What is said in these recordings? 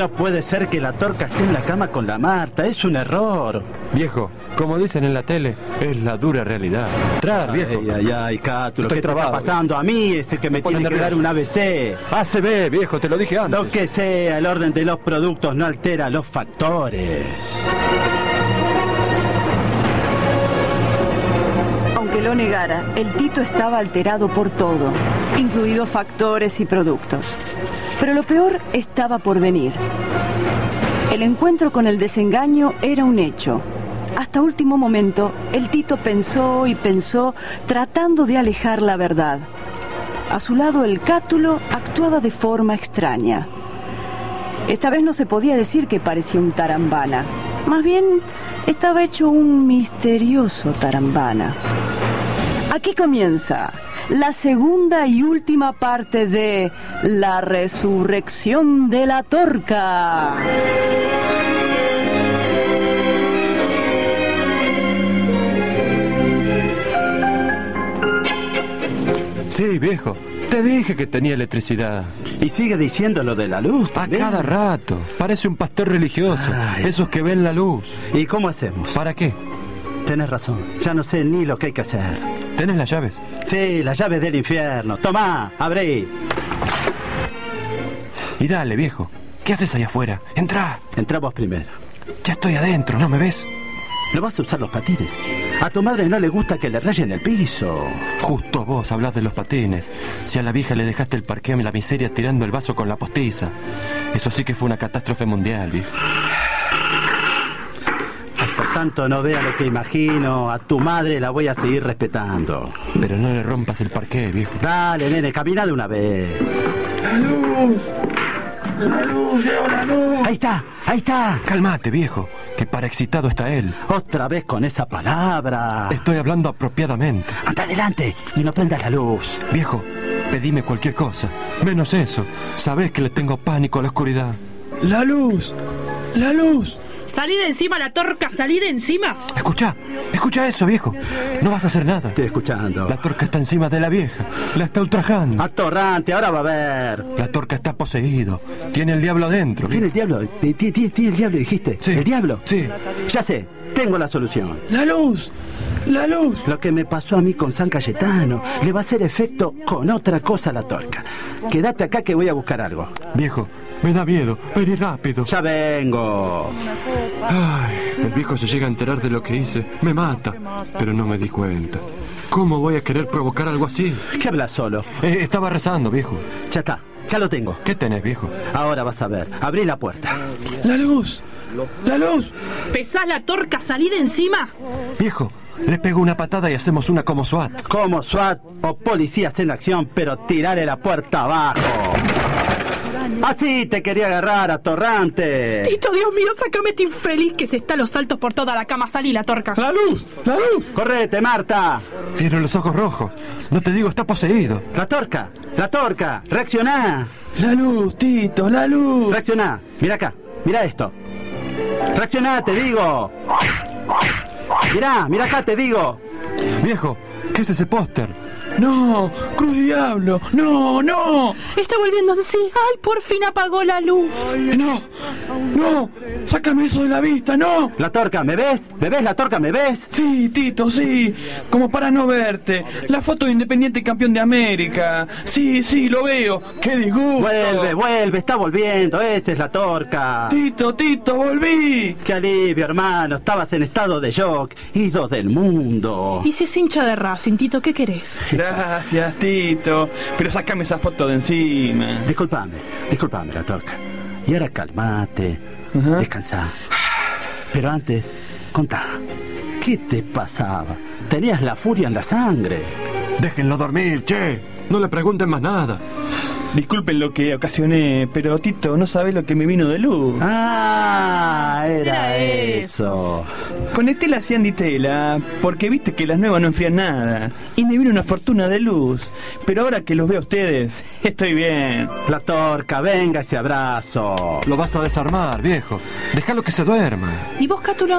No puede ser que la Torca esté en la cama con la Marta. Es un error. Viejo, como dicen en la tele, es la dura realidad. Entrar, viejo. Ay, Cátulo, ¿qué te trabado, está pasando? A mí es el que me tiene que dar un ABC. ACB, viejo, te lo dije antes. Lo que sea, el orden de los productos no altera los factores. Aunque lo negara, el Tito estaba alterado por todo, incluidos factores y productos. Pero lo peor estaba por venir. El encuentro con el desengaño era un hecho. Hasta último momento, el Tito pensó y pensó, tratando de alejar la verdad. A su lado, el Cátulo actuaba de forma extraña. Esta vez no se podía decir que parecía un tarambana. Más bien, estaba hecho un misterioso tarambana. Aquí comienza la segunda y última parte de La Resurrección de la Torca. Sí, viejo, te dije que tenía electricidad. Y sigue diciendo lo de la luz. A cada rato, parece un pastor religioso. Esos que ven la luz. ¿Y cómo hacemos? ¿Para qué? Tenés razón, ya no sé ni lo que hay que hacer. ¿Tenés las llaves? Sí, las llaves del infierno. Tomá, abrí. Y dale, viejo. ¿Qué haces allá afuera? Entrá. Entrá vos primero. Ya estoy adentro, ¿no me ves? No vas a usar los patines. A tu madre no le gusta que le rayen el piso. Justo vos hablás de los patines. Si a la vieja le dejaste el parqueo en la miseria tirando el vaso con la postiza. Eso sí que fue una catástrofe mundial, viejo. Hasta tanto no vea lo que imagino, a tu madre la voy a seguir respetando. Pero no le rompas el parqué, viejo. Dale, nene, camina de una vez. ¡La luz! ¡La luz! ¡Veo la luz! Ahí está. Cálmate, viejo, que para excitado está él. Otra vez con esa palabra. Estoy hablando apropiadamente. Anda adelante y no prendas la luz. Viejo, pedime cualquier cosa, menos eso. Sabés que le tengo pánico a la oscuridad. ¡La luz! ¡La luz! ¡Salí de encima, la Torca! ¡Salí de encima! Escucha eso, viejo. No vas a hacer nada. Estoy escuchando. La Torca está encima de la vieja. La está ultrajando. Atorrante, ahora va a ver. La Torca está poseído. Tiene el diablo adentro. ¿Tiene el diablo? ¿Tiene el diablo, dijiste? Sí. ¿El diablo? Sí. Ya sé, tengo la solución. ¡La luz! ¡La luz! Lo que me pasó a mí con San Cayetano le va a hacer efecto con otra cosa a la Torca. Quédate acá que voy a buscar algo. Viejo, me da miedo. Vení rápido. Ya vengo. Ay, el viejo se llega a enterar de lo que hice. Me mata. Pero no me di cuenta. ¿Cómo voy a querer provocar algo así? ¿Qué hablas solo? Estaba rezando, viejo. Ya está, ya lo tengo. ¿Qué tenés, viejo? Ahora vas a ver. Abrí la puerta. ¡La luz! ¡La luz! ¿Pesás, la Torca? ¡Salí de encima! Viejo, le pego una patada y hacemos una como SWAT. Como SWAT o policías en acción, pero tirale la puerta abajo. Así te quería agarrar, atorrante. Tito, Dios mío, sácame este infeliz que se está a los saltos por toda la cama. Salí, la Torca. ¡La luz! ¡La luz! Correte, Marta. Tiene los ojos rojos. No te digo, está poseído. La Torca, reaccioná. ¡La luz, Tito! ¡La luz! Reaccioná, mira acá, mira esto. Reaccioná, te digo. Mira acá, te digo. Viejo, ¿qué es ese póster? ¡No! ¡Cruz Diablo! ¡No, no! Está volviendo en sí. ¡Ay, por fin apagó la luz! ¡No! ¡No! ¡Sácame eso de la vista! ¡No! La Torca, ¿me ves? ¿Me ves, la Torca, me ves? Sí, Tito, sí. Como para no verte. La foto de Independiente campeón de América. Sí, lo veo. ¡Qué disgusto! Vuelve, está volviendo. Esa es la Torca. Tito, volví. ¡Qué alivio, hermano! Estabas en estado de shock, ido del mundo. Y si es hincha de Racing, Tito, ¿qué querés? Gracias, Tito. Pero sácame esa foto de encima. Disculpame, la Torca. Y ahora calmate, descansá. Pero antes, contá, ¿qué te pasaba? Tenías la furia en la sangre. Déjenlo dormir, che. No le pregunten más nada. Disculpen lo que ocasioné, pero Tito, no sabés lo que me vino de luz. Ah, era eso. Conecté la Cianditela, porque viste que las nuevas no enfrían nada. Y me vino una fortuna de luz. Pero ahora que los veo a ustedes, estoy bien. La Torca, venga ese abrazo. Lo vas a desarmar, viejo. Déjalo que se duerma. ¿Y vos, Cátulo?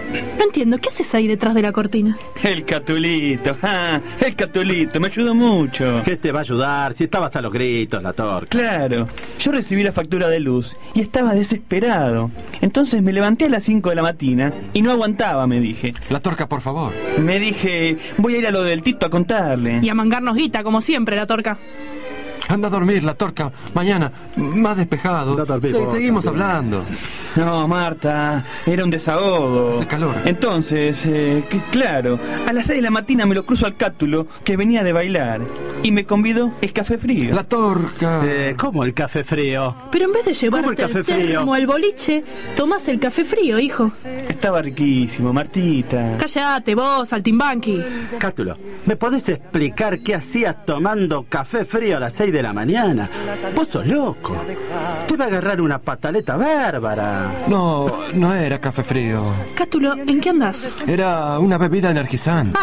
No entiendo, ¿qué haces ahí detrás de la cortina? El Catulito, el Catulito, me ayudó mucho. ¿Qué te va a ayudar si estabas a los gritos, la Torca? Claro, yo recibí la factura de luz y estaba desesperado. Entonces me levanté a las 5 de la mañana y no aguantaba, me dije. La Torca, por favor. Me dije, voy a ir a lo del Tito a contarle. Y a mangarnos guita, como siempre, la Torca. Anda a dormir, la Torca. Mañana, más despejado. Anda a dormir, Seguimos Torca. hablando. No, Marta, era un desahogo. Hace calor. Entonces, claro, a las 6 de la mañana me lo cruzo al Cátulo, que venía de bailar, y me convidó el café frío. La Torca. ¿Cómo el café frío? Pero en vez de ¿Cómo el llevarte café el frío? termo al boliche, tomás el café frío, hijo. Estaba riquísimo, Martita. Cállate vos, saltimbanqui. Cátulo, ¿me podés explicar qué hacías tomando café frío a las 6 de la mañana? Vos sos loco. Te va a agarrar una pataleta bárbara. No era café frío. Cátulo, ¿en qué andás? Era una bebida energizante.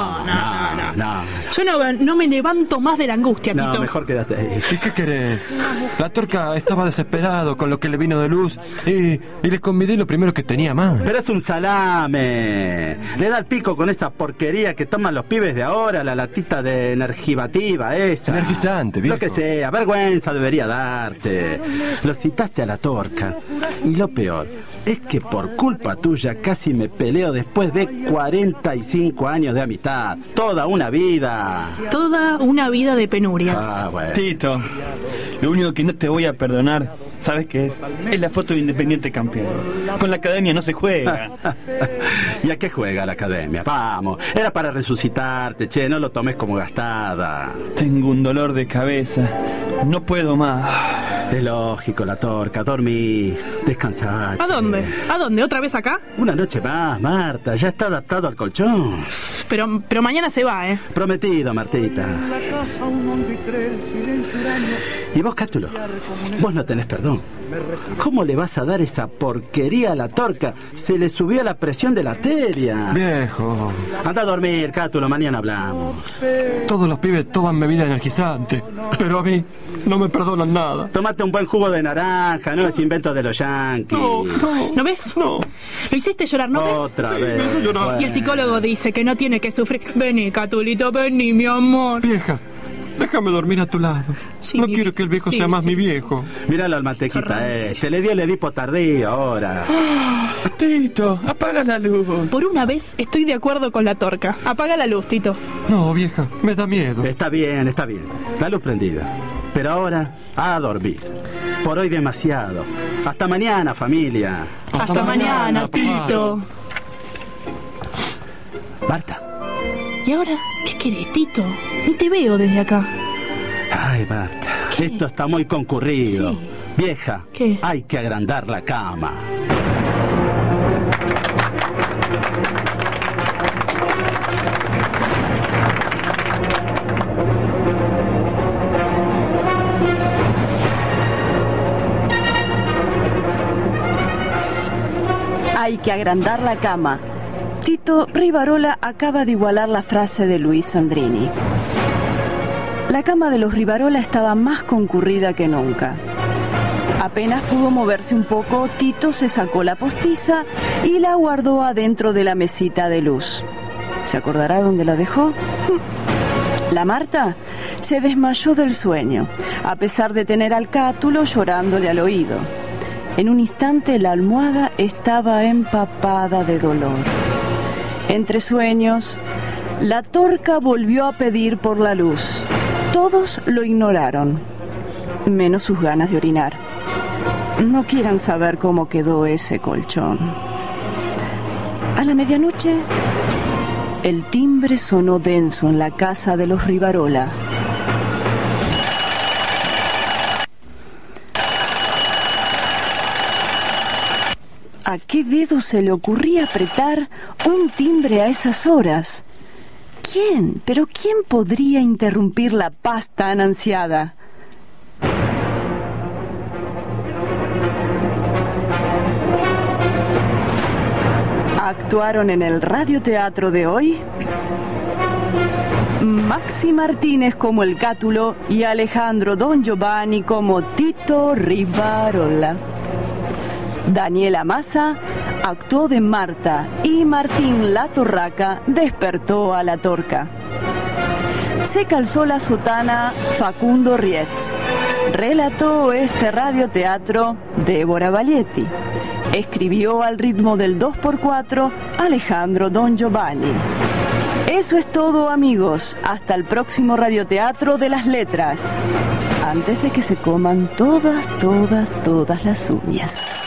No. Yo no me levanto más de la angustia, No, Tito. mejor quédate ahí. ¿Y qué querés? La Torca estaba desesperado con lo que le vino de luz y le convidé lo primero que tenía más. Pero es un salame. Le da el pico con esa porquería que toman los pibes de ahora, la latita de energivativa esa. Energizante, viejo. Lo que sea, vergüenza debería darte. Lo citaste a la Torca. Y lo peor es que por culpa tuya casi me peleo después de 45 años de amistad. Toda una vida. Toda una vida de penurias. Bueno. Tito, lo único que no te voy a perdonar, ¿sabes qué es? Es la foto de Independiente campeón. Con la academia no se juega. ¿Y a qué juega la academia? Vamos, era para resucitarte, che, no lo tomes como gastada. Tengo un dolor de cabeza. No puedo más. Es lógico, la Torca, dormí, descansá. ¿A dónde? ¿A dónde? ¿Otra vez acá? Una noche más, Marta, ya está adaptado al colchón. Pero mañana se va, ¿eh? Prometido, Martita. ¿Y vos, Cátulo? Vos no tenés perdón. ¿Cómo le vas a dar esa porquería a la Torca? Se le subió la presión de la arteria. Viejo, Anda a dormir, Cátulo, mañana hablamos. todos los pibes toman bebida energizante, pero a mí no me perdonan nada. Tómate un buen jugo de naranja, no es invento de los yanquis. ¿No ves? No. Lo hiciste llorar, ¿no ves? Otra vez. me hizo llorar. Bueno. Y el psicólogo dice que no tiene que sufrir. Vení, Catulito, vení, mi amor. Vieja, déjame dormir a tu lado. Sí, No quiero que el viejo sí, sea más sí. mi viejo. Míralo al mantequita le dio el Edipo tardío ahora. Tito, apaga la luz. Por una vez estoy de acuerdo con la Torca. Apaga la luz, Tito. No, vieja, me da miedo. Está bien, está bien. La luz prendida. Pero ahora, a dormir. Por hoy demasiado. Hasta mañana, familia. Hasta mañana, Tito. Marta. ¿Y ahora qué querés, Tito? Ni te veo desde acá. Ay, Marta. ¿Qué? Esto está muy concurrido. Sí. Vieja, ¿Qué? hay que agrandar la cama. Hay que agrandar la cama. Tito Rivarola acaba de igualar la frase de Luis Sandrini. La cama de los Rivarola estaba más concurrida que nunca. Apenas pudo moverse un poco, Tito se sacó la postiza y la guardó adentro de la mesita de luz. ¿Se acordará dónde la dejó? La Marta se desmayó del sueño, a pesar de tener al Cátulo llorándole al oído. En un instante la almohada estaba empapada de dolor. Entre sueños, la Torca volvió a pedir por la luz. Todos lo ignoraron, menos sus ganas de orinar. No quieran saber cómo quedó ese colchón. A la medianoche, el timbre sonó denso en la casa de los Rivarola. ¿A qué dedo se le ocurría apretar un timbre a esas horas? ¿Quién? ¿Pero quién podría interrumpir la paz tan ansiada? Actuaron en el radioteatro de hoy Maxi Martínez como el Cátulo y Alejandro Don Giovanni como Tito Rivarola. Daniela Massa actuó de Marta y Martín La Torraca despertó a la Torca. Se calzó la sotana Facundo Rietz. Relató este radioteatro Débora Baglietti. Escribió al ritmo del 2x4 Alejandro Don Giovanni. Eso es todo, amigos. Hasta el próximo radioteatro de las letras. Antes de que se coman todas las uñas.